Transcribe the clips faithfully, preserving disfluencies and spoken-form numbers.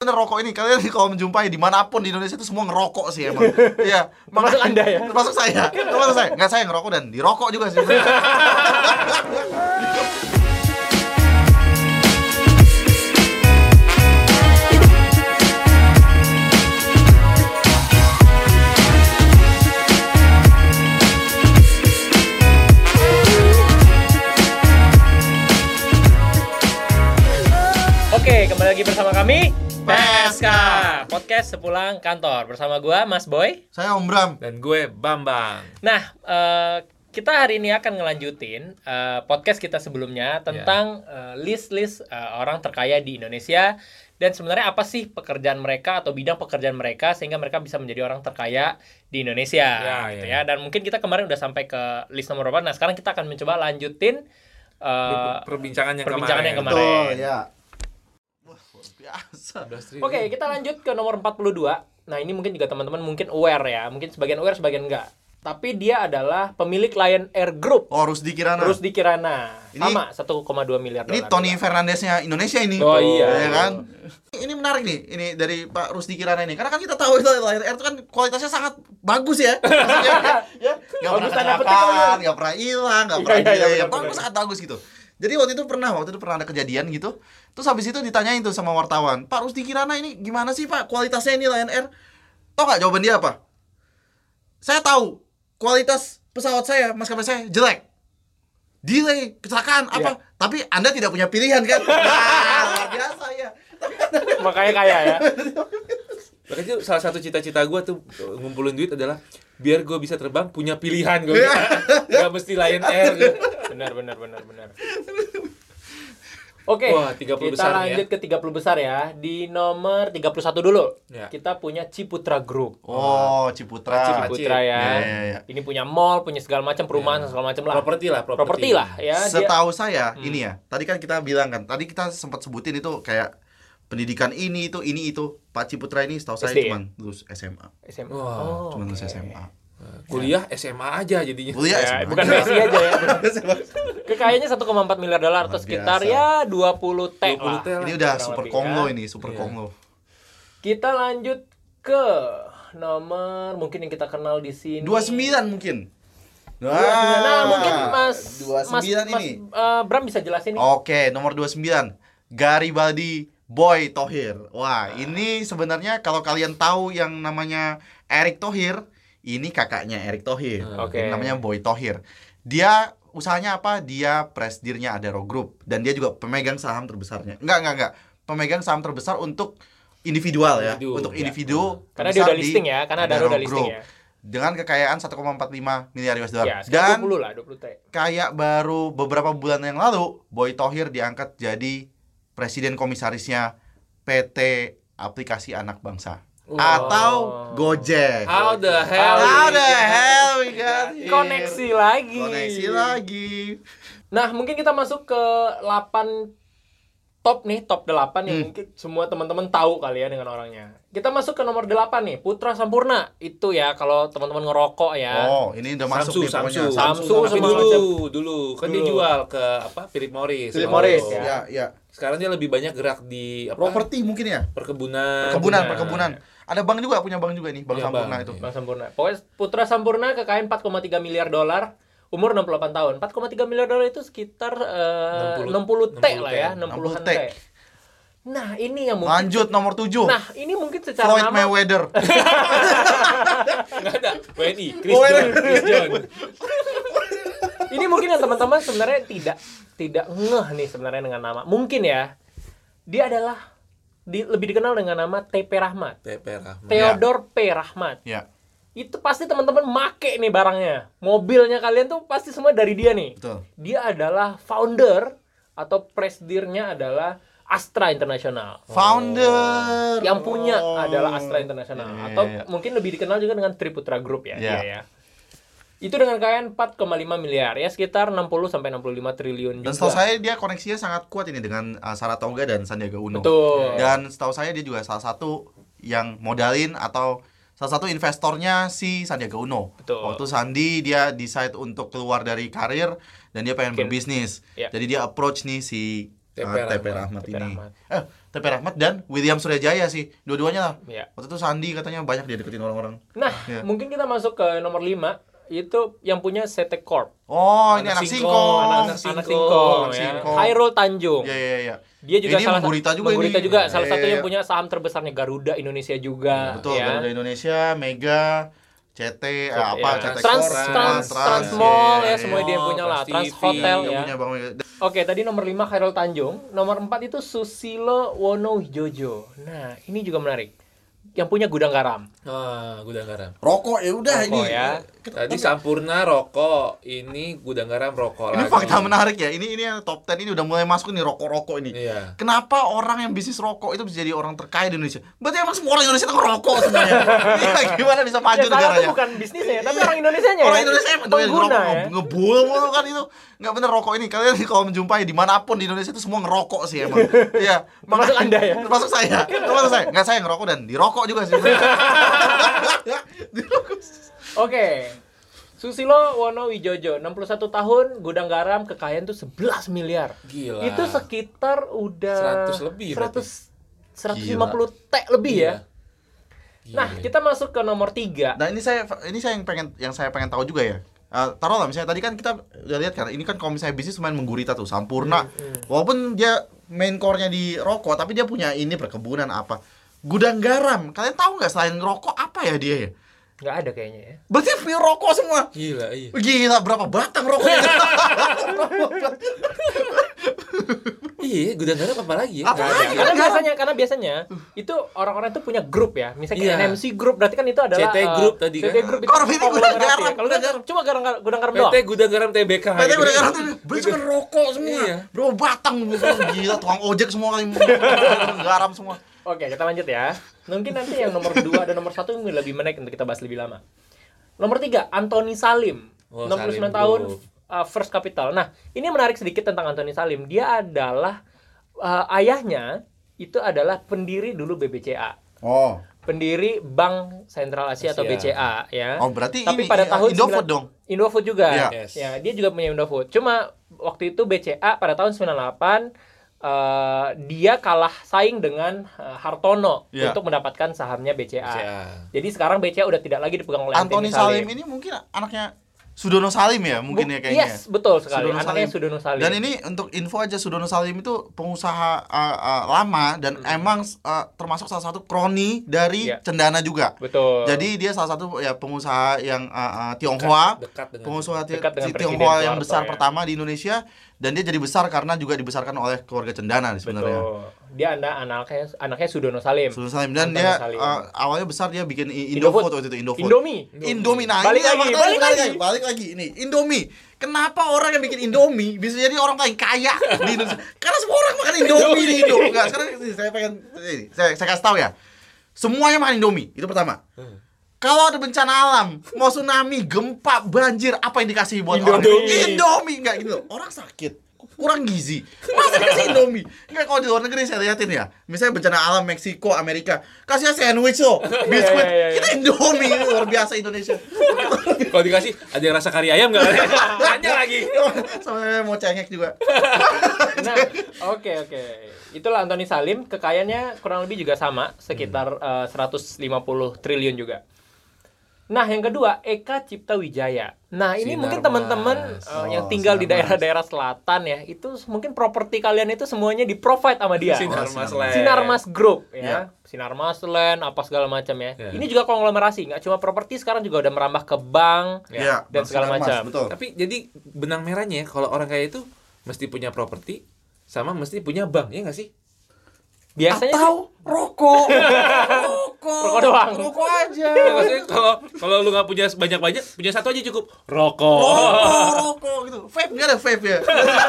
Bener rokok ini, kalian kalau menjumpai dimanapun di Indonesia itu semua ngerokok sih emang. Iya, termasuk Anda ya? Termasuk saya, termasuk saya. Nggak, saya ngerokok dan dirokok juga sih. Oke, kembali lagi bersama kami P S K Podcast Sepulang Kantor. Bersama gua Mas Boy. Saya Om Bram. Dan gue Bambang. Nah, uh, kita hari ini akan ngelanjutin uh, podcast kita sebelumnya tentang yeah. uh, list-list uh, orang terkaya di Indonesia. Dan sebenarnya apa sih pekerjaan mereka atau bidang pekerjaan mereka sehingga mereka bisa menjadi orang terkaya di Indonesia, yeah, gitu yeah. ya. Dan mungkin kita kemarin udah sampai ke list nomor berapa. Nah, sekarang kita akan mencoba lanjutin uh, perbincangan yang perbincangan kemarin. yang kemarin. Betul, ya. Biasa. Oke, okay, kita lanjut ke nomor empat puluh dua. Nah, ini mungkin juga teman-teman mungkin aware ya. Mungkin sebagian aware, sebagian enggak. Tapi dia adalah pemilik Lion Air Group. Oh, Rusdi Kirana. Rusdi Kirana. Ini, sama satu koma dua miliar dolar. Ini Tony Fernandesnya Indonesia ini. Oh iya. Ya kan? Ini menarik nih, ini dari Pak Rusdi Kirana ini. Karena kan kita tahu itu Lion Air itu kan kualitasnya sangat bagus ya. Maksudnya ya, enggak pernah kecelakaan, enggak pernah hilang, enggak pernah iya, iya, ya, benar, bagus, sangat bagus gitu. Jadi waktu itu pernah, waktu itu pernah ada kejadian gitu. Terus habis itu ditanyain tuh sama wartawan, Pak Rusdi Kirana ini gimana sih Pak kualitasnya ini Lion Air? Tahu nggak jawaban dia apa? Saya tahu kualitas pesawat saya, maskapai saya jelek, delay, kecelakaan apa? Yeah. Tapi Anda tidak punya pilihan kan? Nah, luar biasa ya. Makanya kaya ya. Makanya itu salah satu cita-cita gue tuh ngumpulin duit adalah biar gue bisa terbang punya pilihan gue. Gak mesti Lion Air. Benar, benar, benar, benar. Oke, Wah, tiga puluh kita besar lanjut ya. ke tiga puluh besar ya. Di nomor tiga puluh satu dulu. Ya. Kita punya Ciputra Group. Oh, Ciputra. Ciputra ya. Ya, ya, ya. Ini punya mall, punya segala macam perumahan, ya. segala macam lah. Properti lah, properti. Properti lah ya. Setahu dia... saya hmm. ini ya. Tadi kan kita bilang kan, tadi kita sempat sebutin itu kayak pendidikan ini itu ini itu. Pak Ciputra ini setahu saya S D, cuma lulus S M A. S M A. Wah, oh, Cuma lulus okay. S M A. Kuliah S M A aja jadinya. Kuliah ya, S M A. bukan Messi aja ya. Kekayaannya satu koma empat miliar dolar atau sekitar ya dua puluh T lah. Ini udah super lebih, konglo ya. ini, super Iya. konglo. Kita lanjut ke nomor mungkin yang kita kenal di sini. dua puluh sembilan mungkin. Nah, nah mungkin Mas dua puluh sembilan Mas, ini. Mas uh, Bram bisa jelasin nih. Oke, nomor dua puluh sembilan. Garibaldi Boy Thohir. Wah, ini sebenarnya kalau kalian tahu yang namanya Erick Thohir, ini kakaknya Erick Thohir. Oke. Ini namanya Boy Thohir. Dia usahanya apa? Dia presidirnya Adaro Group dan dia juga pemegang saham terbesarnya. Enggak, enggak, enggak. Pemegang saham terbesar untuk individual ya, Individu, untuk ya. individu. Karena dia udah listing ya, karena Adaro udah listing ya. Dengan kekayaan satu koma empat lima miliar U S dollar. Ya, dan dua puluh lah, dua puluh T. kayak baru beberapa bulan yang lalu, Boy Thohir diangkat jadi presiden komisarisnya P T Aplikasi Anak Bangsa. Wow. Atau Gojek. How the hell? How the hell we got here? Koneksi lagi. Koneksi lagi. Nah, mungkin kita masuk ke delapan top nih, top delapan yang Hmm. mungkin semua teman-teman tahu kali ya dengan orangnya. Kita masuk ke nomor delapan nih, Putra Sampurna. Itu ya kalau teman-teman ngerokok ya. Oh, ini udah masuk Samsu, nih pokoknya. Samsu, Samsu Tapi sama dulu, macam. dulu kan Dulu. dia jual ke apa? Philip Morris. Philip Oh. Morris, ya. Ya, ya. Sekarang dia lebih banyak gerak di apa? Properti mungkin ya? Perkebunan. Perkebunan, Perkebunan. perkebunan. Ada bank juga, punya bank juga nih, Bank Iya, Sampurna bank. itu. Bang Sampurna. Pokoknya Putra Sampurna kekayaan empat koma tiga miliar dolar, umur enam puluh delapan tahun. empat koma tiga miliar dolar itu sekitar uh, enam puluh T lah ya, enam puluhan enam puluh T. T. Nah, ini yang mungkin Lanjut nomor tujuh. Nah, ini mungkin secara Floyd nama Mayweather. Enggak ada. W N I, Chris W N I. John, Chris John. ini mungkin yang teman-teman sebenarnya tidak tidak ngeh nih sebenarnya dengan nama. Mungkin ya. Dia adalah di, lebih dikenal dengan nama T P Rahmat. T P Rahmat. Theodore P. Rahmat. Ya, Itu pasti teman-teman make nih barangnya. Mobilnya kalian tuh pasti semua dari dia nih. betul. Dia adalah founder atau presidirnya adalah Astra International. Founder. Yang punya Oh. adalah Astra International Iya, iya, atau iya. mungkin lebih dikenal juga dengan Triputra Group ya, Iya. dia ya. Itu dengan kekayaan empat koma lima miliar ya, sekitar enam puluh sampai enam puluh lima triliun Dan juga. setahu saya dia koneksinya sangat kuat ini dengan uh, Saratoga dan Sandiaga Uno. Betul. Dan setahu saya dia juga salah satu yang modalin atau salah satu investornya si Sandiaga Uno. Betul. Waktu Sandi dia decide untuk keluar dari karir dan dia pengen Mungkin. berbisnis. Ya. Jadi dia approach nih si T P Ah, T P Rahmat. Rahmat T P ini. Rahmat. Eh, T P Rahmat dan William Suryajaya sih. Dua-duanya lah. Iya. Waktu itu Sandi katanya banyak dia deketin orang-orang. Nah, Iya. mungkin kita masuk ke nomor lima, itu yang punya C T Corp. Oh, ini Anak anak Singkong, Singkong. anak-anak Anak Singkong, Singkong, anak ya. Singkong. Khairul Tanjung. Iya, iya, iya. Dia juga Ini salah menggurita juga menggurita ini. juga salah Iya, satu iya, yang iya. punya saham terbesarnya Garuda Indonesia juga. Betul, ya. Garuda Indonesia, Mega, C T, eh, apa, Ya. C T Trans, Corp, Trans, Trans, Trans iya, Mall iya, ya, iya. semuanya dia yang punya lah. Trans Trans T V, Hotel Dia ya. punya Bang Mega. Oke, tadi nomor lima Khairul Tanjung, nomor empat itu Susilo Wonowijojo. Nah, ini juga menarik. Yang punya gudang garam. Ah, gudang garam. Rokok ya udah Rokok ini. ya. Tadi Sampurna rokok, ini gudang garam rokok Ini lagi. fakta menarik ya. Ini ini yang top sepuluh ini udah mulai masuk nih rokok-rokok ini. Iya. Kenapa orang yang bisnis rokok itu bisa jadi orang terkaya di Indonesia? Berarti emang semua orang Indonesia itu ngerokok sebenarnya. Iya, gimana bisa maju Ya, salah negaranya? itu bukan bisnisnya, tapi orang Indonesianya Orang ya. Indonesia emang doyan pengguna ngerokok, ya. ngebul mulu kan itu. Nggak bener rokok ini. Kalian kalau menjumpai dimanapun di Indonesia itu semua ngerokok sih emang. Iya. Termasuk Anda ya? Termasuk saya. Termasuk saya. Nggak, saya ngerokok dan dirokok juga sih. Dirokok. Oke. Susilo Wonowijojo, enam puluh satu tahun, gudang garam, kekayaan tuh sebelas miliar. Gila. Itu sekitar udah seratus lebih seratus seratus lima puluh T lebih ya. Gila. Nah, kita masuk ke nomor tiga. Nah, ini saya ini saya yang pengen yang saya pengen tahu juga ya. Uh, taruhlah misalnya tadi kan kita udah lihat kan ini kan kalau misalnya bisnis main menggurita tuh Sampurna walaupun dia main core-nya di rokok tapi dia punya ini perkebunan apa gudang garam kalian tahu nggak selain rokok apa ya dia ya Nggak ada kayaknya ya. berarti pure rokok semua Gila, iya. gila berapa batang rokoknya Iya, gudang garam apa lagi ya? Apa Nggak ada. lagi? Karena biasanya karena biasanya itu orang-orang itu punya grup ya. Misalnya kayak Iya. N M C Group berarti kan itu adalah C T eh, Group tadi C T kan. Group itu Kalau ini gudang konglomerasi garam, ya. Kalau gudang itu garam. cuma gudang garam, gudang garam P doang. T Gudang Garam T B K. P T gitu. gudang garam tuh beli cuma rokok semua Iya. berapa batang gila tukang ojek semua kali garam semua Oke, kita lanjut ya. Mungkin nanti yang nomor dua dan nomor satu mungkin lebih menarik untuk kita bahas lebih lama. Nomor tiga, Anthony Salim, Oh, enam puluh sembilan Salim, tahun, bro. uh, First Capital. Nah, ini menarik sedikit tentang Anthony Salim. Dia adalah uh, ayahnya itu adalah pendiri dulu B B C A, oh pendiri Bank Sentral Asia, atau Asia. B C A ya. oh berarti Tapi ini pada eh, tahun Indofood sembilan- dong Indofood juga. Iya. Yes. Ya, dia juga punya Indofood. Cuma waktu itu B C A pada tahun sembilan puluh delapan eh, dia kalah saing dengan eh, Hartono Iya. untuk mendapatkan sahamnya B C A. B C A. Jadi sekarang B C A udah tidak lagi dipegang oleh Anthony Salim ini mungkin anaknya Sudono Salim ya mungkin Bu- ya kayaknya. Yes, betul sekali. Sudono Anaknya Salim. Sudono Salim. Dan ini untuk info aja Sudono Salim itu pengusaha uh, uh, lama dan emang uh, termasuk salah satu kroni dari Iya. Cendana juga. Betul. Jadi dia salah satu ya pengusaha yang uh, uh, Tionghoa, Dekat dengan pengusaha ti- Dekat dengan si Presiden Tionghoa yang Soeharto, besar ya. pertama di Indonesia dan dia jadi besar karena juga dibesarkan oleh keluarga Cendana sebenarnya. Betul. Dia anda anaknya anaknya Sudono Salim. Sudono Salim dan Anthony dia Salim. uh, awalnya besar dia bikin i- Indofood. Indofood waktu itu Indofood. Indomie. Indomie. Nah, Balik ini lagi, fakta- balik lagi. Balik lagi ini Indomie. Kenapa orang yang bikin Indomie bisa jadi orang paling kaya di Indonesia? Karena semua orang makan Indomie di Indo. Enggak, sekarang ini saya pengen ini, saya saya kasih tahu ya. Semuanya makan Indomie. Itu pertama. Kalau ada bencana alam, mau tsunami, gempa, banjir, apa yang dikasih buat orang? Indomie. Indomie enggak gitu. loh. Orang sakit, kurang gizi. Masa dikasih Indomie? Enggak, kalau di luar negeri saya liatin ya. Misalnya bencana alam Meksiko, Amerika, kasih sandwich loh, biskuit. Iya, iya, iya. Kita Indomie, luar biasa Indonesia. Kalau dikasih ada yang rasa kari ayam nggak? Tanya lagi. Sama mau cengek juga. Nah, oke oke. Itulah Anthony Salim, kekayaannya kurang lebih juga sama, sekitar eh, seratus lima puluh triliun juga. Nah, yang kedua, Eka Cipta Wijaya. Nah, ini Sinar mungkin Mas. teman-teman eh, Oh, yang tinggal di Sinar Mas. daerah-daerah selatan ya, itu mungkin properti kalian itu semuanya di-provide sama dia. Sinar Oh, Mas Sinar Land. Sinar Mas Group ya. Iya. Sinar Mas Land apa segala macam ya. Iya. Ini juga konglomerasi, nggak cuma properti, sekarang juga udah merambah ke bank Iya, dan Bang segala Sinar Mas, macam. betul. Tapi jadi benang merahnya ya, kalau orang kaya itu mesti punya properti sama mesti punya bank, ya nggak sih? Biasanya Atau rokok. Rokok. Rokok doang. Rokok aja. Ya, maksudnya kalau kalau lu nggak punya banyak-banyak, punya satu aja cukup. Rokok. Rokok, rokok gitu. Vape enggak ada vape ya.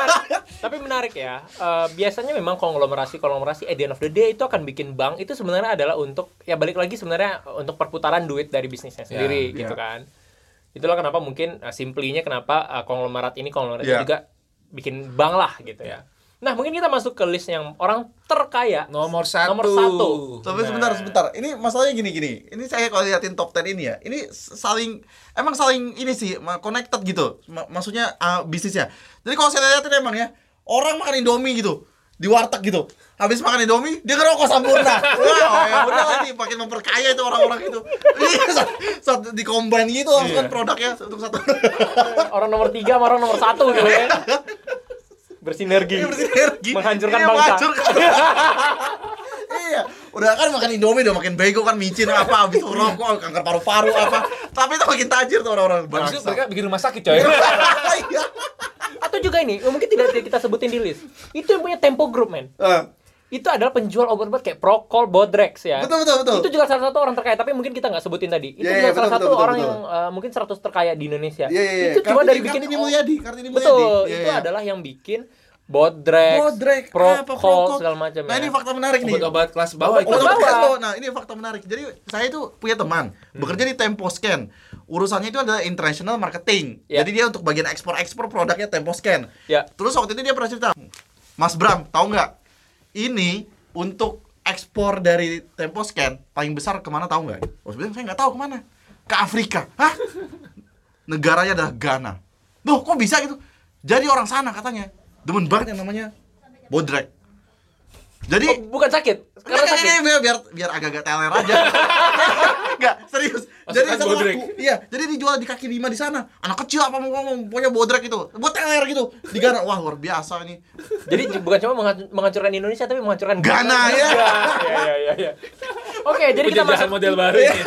Tapi menarik ya, eh, biasanya memang konglomerasi-konglomerasi at the end of the day itu akan bikin bank itu sebenarnya adalah untuk, ya balik lagi sebenarnya untuk perputaran duit dari bisnisnya sendiri Ya, gitu ya. kan. Itulah kenapa mungkin uh, simplinya kenapa uh, konglomerat ini konglomerat Ya. juga bikin bank lah gitu ya. Nah mungkin kita masuk ke list yang orang terkaya Nomor satu. Nomor satu. Tapi Nah. sebentar, sebentar. Ini masalahnya gini-gini. Ini saya kalau liatin top sepuluh ini ya, ini saling emang saling ini sih connected gitu. M- maksudnya uh, bisnisnya. Jadi kalau saya liatin emang ya, orang makan Indomie gitu. di warteg gitu. Habis makan Indomie, dia ngerokok Sampurna. Wah, ya udah lah ini makin memperkaya itu orang-orang itu. Iya, satu di combine gitu langsung kan produknya untuk satu. Orang nomor tiga sama orang nomor satu gitu ya. Bersinergi. Iya, bersinergi. Menghancurkan Iya, bangsa. menghancurkan. Iya, udah kan makan Indomie udah makin bego kan, micin apa, habis itu rokok, kanker paru-paru apa. Tapi itu makin tajir tuh orang-orang Habis itu bangsa. mereka bikin rumah sakit coy. Iya. Atau juga ini, mungkin tidak kita sebutin di list. Itu yang punya Tempo Group, men. Eh, Itu adalah penjual obat-obat kayak Procol, Bodrex ya. Betul betul betul. Itu juga salah satu orang terkaya, tapi mungkin kita nggak sebutin tadi. Itu Iya, juga iya, salah betul, satu betul, orang betul, yang uh, mungkin seratus terkaya di Indonesia. Iya iya iya. Itu cuma Kartini- dari bikin Kartini Mulyadi, Kartini Mulyadi. Betul, Iya, itu iya. adalah yang bikin Bodrex, Bodrek, Procol, apa, Procol. segala macam Nah, ya. ini fakta menarik nih. Obat-obat kelas bawah itu. Obat Obat bawah. bawah. Nah, ini fakta menarik. Jadi saya itu punya teman bekerja di Temposcan. Urusannya itu adalah international marketing. Ya. Jadi dia untuk bagian ekspor-ekspor produknya Temposcan. Ya. Terus waktu itu dia pernah cerita, Mas Bram, tahu nggak? Ini untuk ekspor dari Temposcan paling besar kemana tahu nggak? Oh, sebenarnya saya nggak tahu kemana. Ke Afrika. Hah? Negaranya adalah Ghana. Loh, kok bisa gitu? Jadi orang sana katanya demen banget yang namanya Bodrek. Jadi Oh, bukan sakit, karena Nggak, sakit. nggak, nggak, biar biar agak-agak teler aja. Enggak, serius. Jadi Maksudnya satu Bodrek? laku. Iya, jadi dijual di kaki lima di sana. Anak kecil apa mau ngomong, pokoknya Bodrek itu. Buat teler gitu. Di Ghana. Wah, luar biasa ini. Jadi bukan cuma menghancur- menghancurkan Indonesia, tapi menghancurkan Ghana, ya. Iya, iya, iya, iya. Oke, jadi kita Penjajahan masuk model baru ini.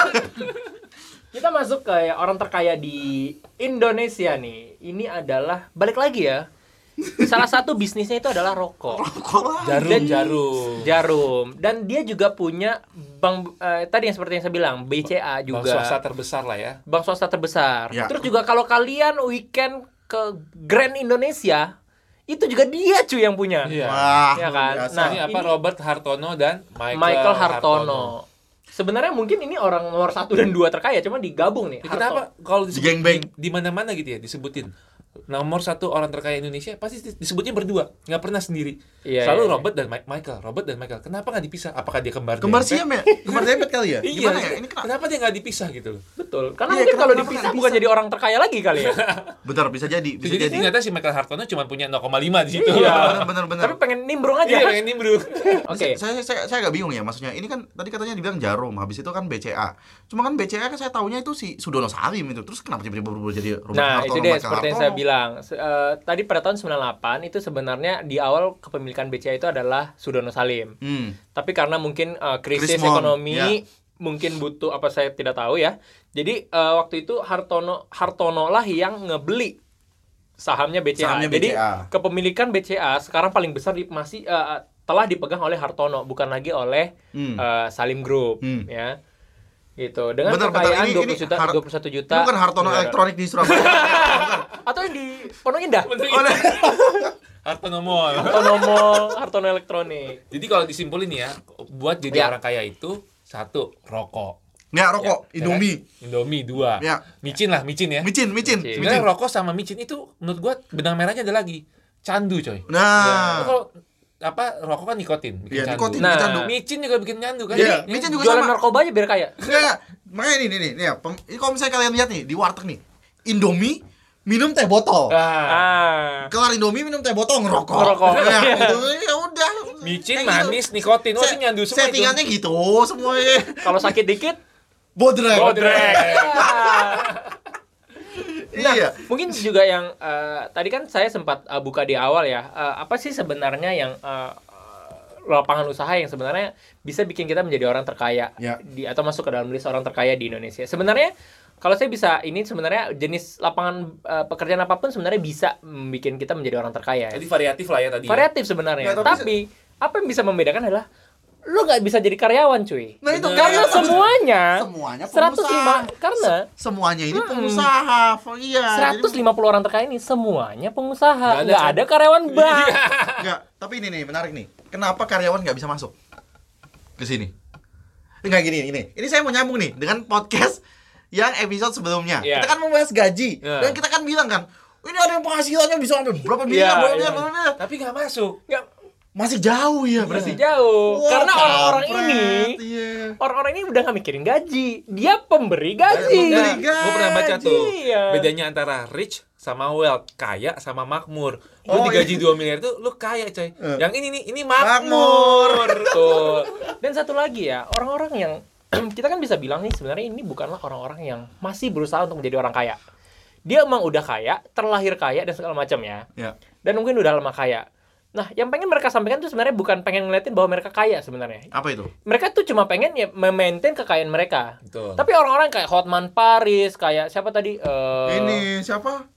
kita masuk ke orang terkaya di Indonesia nih. Ini adalah balik lagi ya. Salah satu bisnisnya itu adalah rokok. Jarum, Dan- jarum. Jarum. Dan dia juga punya bank eh, tadi yang seperti yang saya bilang, B C A Bank juga. swasta terbesar lah ya. Bank swasta terbesar. Ya. Terus juga kalau kalian weekend ke Grand Indonesia, itu juga dia cuy yang punya. Iya. Wah, Ya luar kan? biasa. Nah, Ini apa ini- Robert Hartono dan Michael, Michael Hartono. Sebenarnya mungkin ini orang nomor satu dan dua terkaya, cuma digabung nih. Ya, kenapa kalau disebut Geng-beng. di, di mana-mana gitu ya disebutin nomor satu orang terkaya Indonesia pasti disebutnya berdua, nggak pernah sendiri. Iya, Selalu iya, iya. Robert dan Ma- Michael, Robert dan Michael. Kenapa nggak dipisah? Apakah dia kembar? Kembar dempet? siam ya? Kembar dempet kali ya? Iya. Gimana ya? Ini kenapa? Kenapa dia nggak dipisah gitu loh? Betul. Karena Iya, mungkin kenapa- kalau kenapa dipisah nggak bukan bisa? jadi orang terkaya lagi kali ya. Bentar, bisa jadi, bisa Jadi jadi. ternyata si Michael Hartono cuma punya nol koma lima di situ. Iya, benar benar benar. Tapi pengen nimbrung aja. Iya, pengen nimbrung. Oke. Saya, saya saya agak bingung ya, maksudnya ini kan tadi katanya dibilang Jarum, habis itu kan B C A. Cuma kan B C A kan saya taunya itu si Sudono Salim itu. Terus kenapa tiba-tiba berubah jadi Robert Nah, Hartono, itu dia Michael seperti yang Hartono? saya bilang. Se- eh, tadi pada tahun sembilan puluh delapan itu sebenarnya di awal kepemilikan B C A itu adalah Sudono Salim. Hmm. Tapi karena mungkin eh, krisis Krismon, ekonomi, ya. mungkin butuh apa saya tidak tahu ya. Jadi eh, waktu itu Hartono Hartono lah yang ngebeli sahamnya B C A. Sahamnya Jadi B C A. kepemilikan B C A sekarang paling besar di, masih eh, telah dipegang oleh Hartono, bukan lagi oleh Hmm. eh, Salim Group Hmm. ya. Gitu. Dengan Bentar, bentar, kekayaan ini- dua puluh ini juta, Har- dua puluh satu juta. Itu kan Hartono miliar. Elektronik di Surabaya. Bukan. Atau yang di Pondok Indah. Oh, nah. Hartono Mall. Hartono Mall, Hartono Elektronik. Jadi kalau disimpulin ya, buat jadi Ya. orang kaya itu satu rokok. Ya, rokok, Ya Indomie. kan? Indomie dua. Ya. Micin lah, micin ya. Micin, micin, Micin. Sebenarnya micin. rokok sama micin itu menurut gua benang merahnya ada lagi. Candu, coy. Nah, Nah. kalau apa rokok kan nikotin, bikin Iya, candu. nikotin, Nah. candu. Micin juga bikin candu kan. Iya, Jadi, micin juga Jualan sama. narkoba aja biar kaya. Enggak, enggak. Makanya ini nih, nih, nih ya. Pem- ini kalau misalnya kalian lihat nih di warteg nih, Indomie minum teh botol. Ah, Ah. Kelar Indomie minum teh botol ngerokok. Ngerokok. Ya, Iya. gitu. Ya udah. micin, Kayak gitu. manis, nikotin, oh Se- itu nyandu semua itu. Settingannya gitu semuanya. Kalau sakit dikit, Bodrek. Bodrek. Iya. mungkin juga yang eh, tadi kan saya sempat eh, buka di awal ya. Eh, apa sih sebenarnya yang eh, lapangan usaha yang sebenarnya bisa bikin kita menjadi orang terkaya Ya. di atau masuk ke dalam list orang terkaya di Indonesia. Sebenarnya kalau saya bisa ini sebenarnya jenis lapangan eh, pekerjaan apapun sebenarnya bisa bikin kita menjadi orang terkaya. Jadi variatif lah ya tadi. ya. Variatif sebenarnya. Ya, tapi tapi apa yang bisa membedakan adalah lu nggak bisa jadi karyawan cuy. Nah, itu Karena kayak- semuanya semuanya seratus lima pengusaha. karena Semuanya ini Mm-mm. pengusaha. Iya. seratus lima puluh orang terkaya ini semuanya pengusaha. Nggak ada Nggak kan? ada karyawan bank. Enggak, tapi ini nih menarik nih. Kenapa karyawan nggak bisa masuk ke sini? Enggak gini, ini. Ini saya mau nyambung nih dengan podcast yang episode sebelumnya. Iya. Kita kan membahas gaji. Iya. Dan kita kan bilang kan, ini ada yang penghasilannya bisa sampai berapa Iya, miliar, berapa iya. miliar, berapa miliar. Tapi nggak masuk. Nggak, Masih jauh ya masih berarti. jauh. Wah, Karena orang-orang kampret, ini iya. orang-orang ini udah nggak mikirin gaji. Dia pemberi gaji. Pemberi Nah, gue pernah baca tuh Iya. bedanya antara rich sama wealth, kaya sama makmur. Lu Oh, digaji iya. dua miliar itu lu kaya, coy. Eh. Yang ini nih, ini makmur. Betul. Dan satu lagi ya, orang-orang yang kita kan bisa bilang nih sebenarnya ini bukanlah orang-orang yang masih berusaha untuk menjadi orang kaya. Dia emang udah kaya, terlahir kaya dan segala macam ya. Ya. Dan mungkin udah lama kaya. Nah, yang pengen mereka sampaikan tuh sebenarnya bukan pengen ngeliatin bahwa mereka kaya sebenarnya. Apa itu? Mereka tuh cuma pengen ya memaintain kekayaan mereka. Betul. Tapi orang-orang kayak Hotman Paris, kayak siapa tadi? Eh, Ini siapa?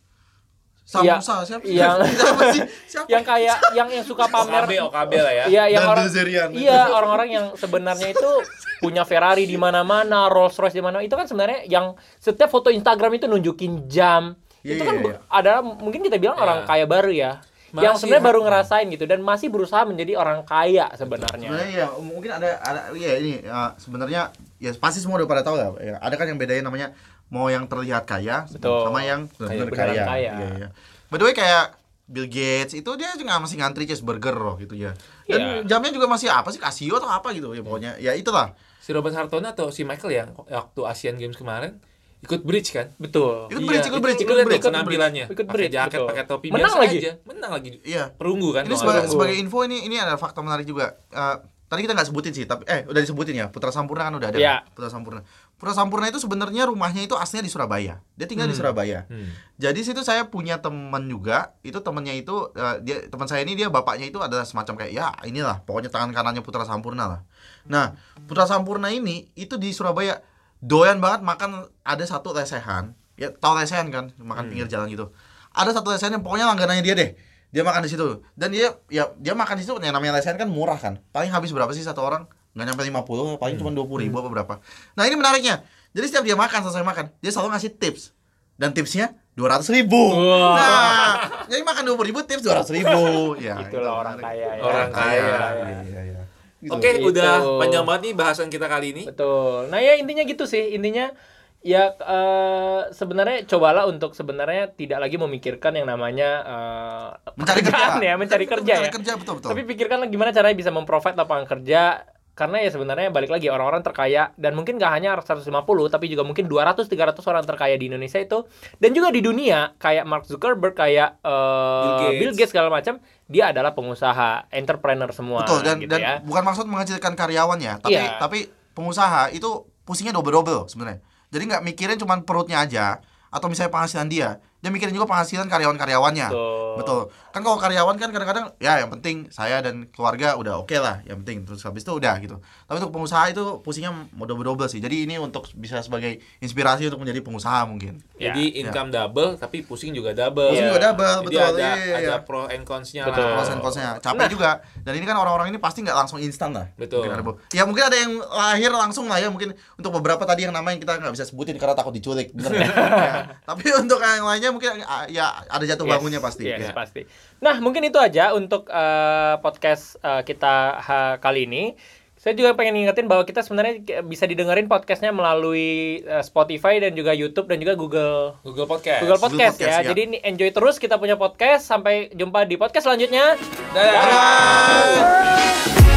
Iya, Samusa siapa? yang- Siapa sih? Siapa? yang kayak yang yang suka O K pamer. B, O K B lah ya. Iya, yang Dan orang Dezerian. Iya, orang-orang yang sebenarnya itu punya Ferrari di mana-mana, Rolls Royce di mana. Itu kan sebenarnya yang setiap foto Instagram itu nunjukin jam. Iya, itu kan iya, bu- iya. adalah mungkin kita bilang Iya. orang kaya baru ya. yang Masih sebenarnya ha- baru ngerasain gitu dan masih berusaha menjadi orang kaya sebenarnya. Sebenarnya ya mungkin ada ada ya ini ya, sebenarnya ya pasti semua udah pada tahu lah. Ya, ada kan yang bedain namanya mau yang terlihat kaya Betul. sama yang benar-benar beneran kaya. kaya. Iya, iya. By the way kayak Bill Gates itu dia juga masih ngantri cheeseburger loh gitu ya. Dan Iya. jamnya juga masih apa sih Casio atau apa gitu ya pokoknya. Ya itulah. Si Robert Hartono atau si Michael yang waktu Asian Games kemarin ikut bridge kan? Betul. Ikut bridge, ikut bridge, itu ikut lihat bridge, tuh ikut penampilannya. Ikut Pakai bridge, jaket, betul. pakai topi Menang biasa lagi. aja. Menang lagi. Iya. Perunggu kan? Ini kalau sebagai, nggak salah. sebagai info ini ini ada fakta menarik juga. Eh, tadi kita nggak sebutin sih, tapi eh udah disebutin ya. Putra Sampurna kan udah ada. Iya. kan? Putra Sampurna. Putra Sampurna itu sebenarnya rumahnya itu aslinya di Surabaya. Dia tinggal di Surabaya. Hmm. Jadi situ saya punya teman juga. Itu temannya itu eh, dia teman saya ini dia bapaknya itu adalah semacam kayak ya inilah pokoknya tangan kanannya Putra Sampurna lah. Nah, Putra Sampurna ini itu di Surabaya doyan banget makan ada satu lesehan. Ya tahu lesehan kan, makan pinggir jalan gitu. Ada satu lesehan yang pokoknya langganannya dia deh. Dia makan di situ. Dan dia ya dia makan di situ yang namanya lesehan kan murah kan. Paling habis berapa sih satu orang? Nggak nyampe lima puluh, paling cuma dua puluh ribu apa berapa. Nah, ini menariknya. Jadi setiap dia makan, selesai makan, dia selalu ngasih tips. Dan tipsnya dua ratus ribu. Wah. Nah, jadi makan dua puluh ribu, tips dua ratus ribu. Ya, Itulah itu orang menarik. kaya ya. Orang kaya. Iya, iya, iya. Gitu. Oke, Gitu. udah panjang banget nih bahasan kita kali ini. Betul. Nah ya intinya gitu sih. Intinya ya eh, sebenarnya cobalah untuk sebenarnya tidak lagi memikirkan yang namanya eh, Mencari pekerjaan kerja. ya, mencari kerja Mencari ya. kerja, betul, betul. Tapi pikirkanlah gimana caranya bisa memprovide lapangan kerja. Karena ya sebenarnya balik lagi orang-orang terkaya dan mungkin gak hanya seratus lima puluh tapi juga mungkin dua ratus tiga ratus orang terkaya di Indonesia itu dan juga di dunia kayak Mark Zuckerberg kayak eh, Bill Gates. Bill Gates segala macam dia adalah pengusaha, entrepreneur semua Betul, dan gitu dan ya. bukan maksud mengecilkan karyawannya, tapi Iya. tapi pengusaha itu pusingnya double-double sebenarnya. Jadi nggak mikirin cuma perutnya aja atau misalnya penghasilan dia, dia mikirin juga penghasilan karyawan-karyawannya. Betul. Betul. Kan kalau karyawan kan kadang-kadang ya yang penting saya dan keluarga udah oke lah, yang penting terus habis itu udah gitu. Tapi untuk pengusaha itu pusingnya mau double-double sih. Jadi ini untuk bisa sebagai inspirasi untuk menjadi pengusaha mungkin. Ya. Jadi income double tapi pusing juga double. Pusing Iya. juga double, Jadi betul. ada Iya, iya, ada iya. pro and cons-nya Betul. lah. Pros and cons-nya. Capek Nah. juga. Dan ini kan orang-orang ini pasti nggak langsung instan lah. Betul. Mungkin ada bu- ya mungkin ada yang lahir langsung lah ya. Mungkin untuk beberapa tadi yang namanya kita nggak bisa sebutin karena takut diculik. Bener ya? Ya. Tapi untuk yang lainnya mungkin ah, ya ada jatuh Yes, bangunnya pasti. yes, Ya. pasti. Nah, mungkin itu aja untuk eh, podcast eh, kita ha- kali ini. Saya juga pengen ngingetin bahwa kita sebenarnya k- bisa didengerin podcastnya melalui eh, Spotify dan juga YouTube dan juga Google Google Podcast. Google Podcast, Podcast, ya. ya. Jadi ini enjoy terus kita punya podcast. Sampai jumpa di podcast selanjutnya. Dadah. Dadah.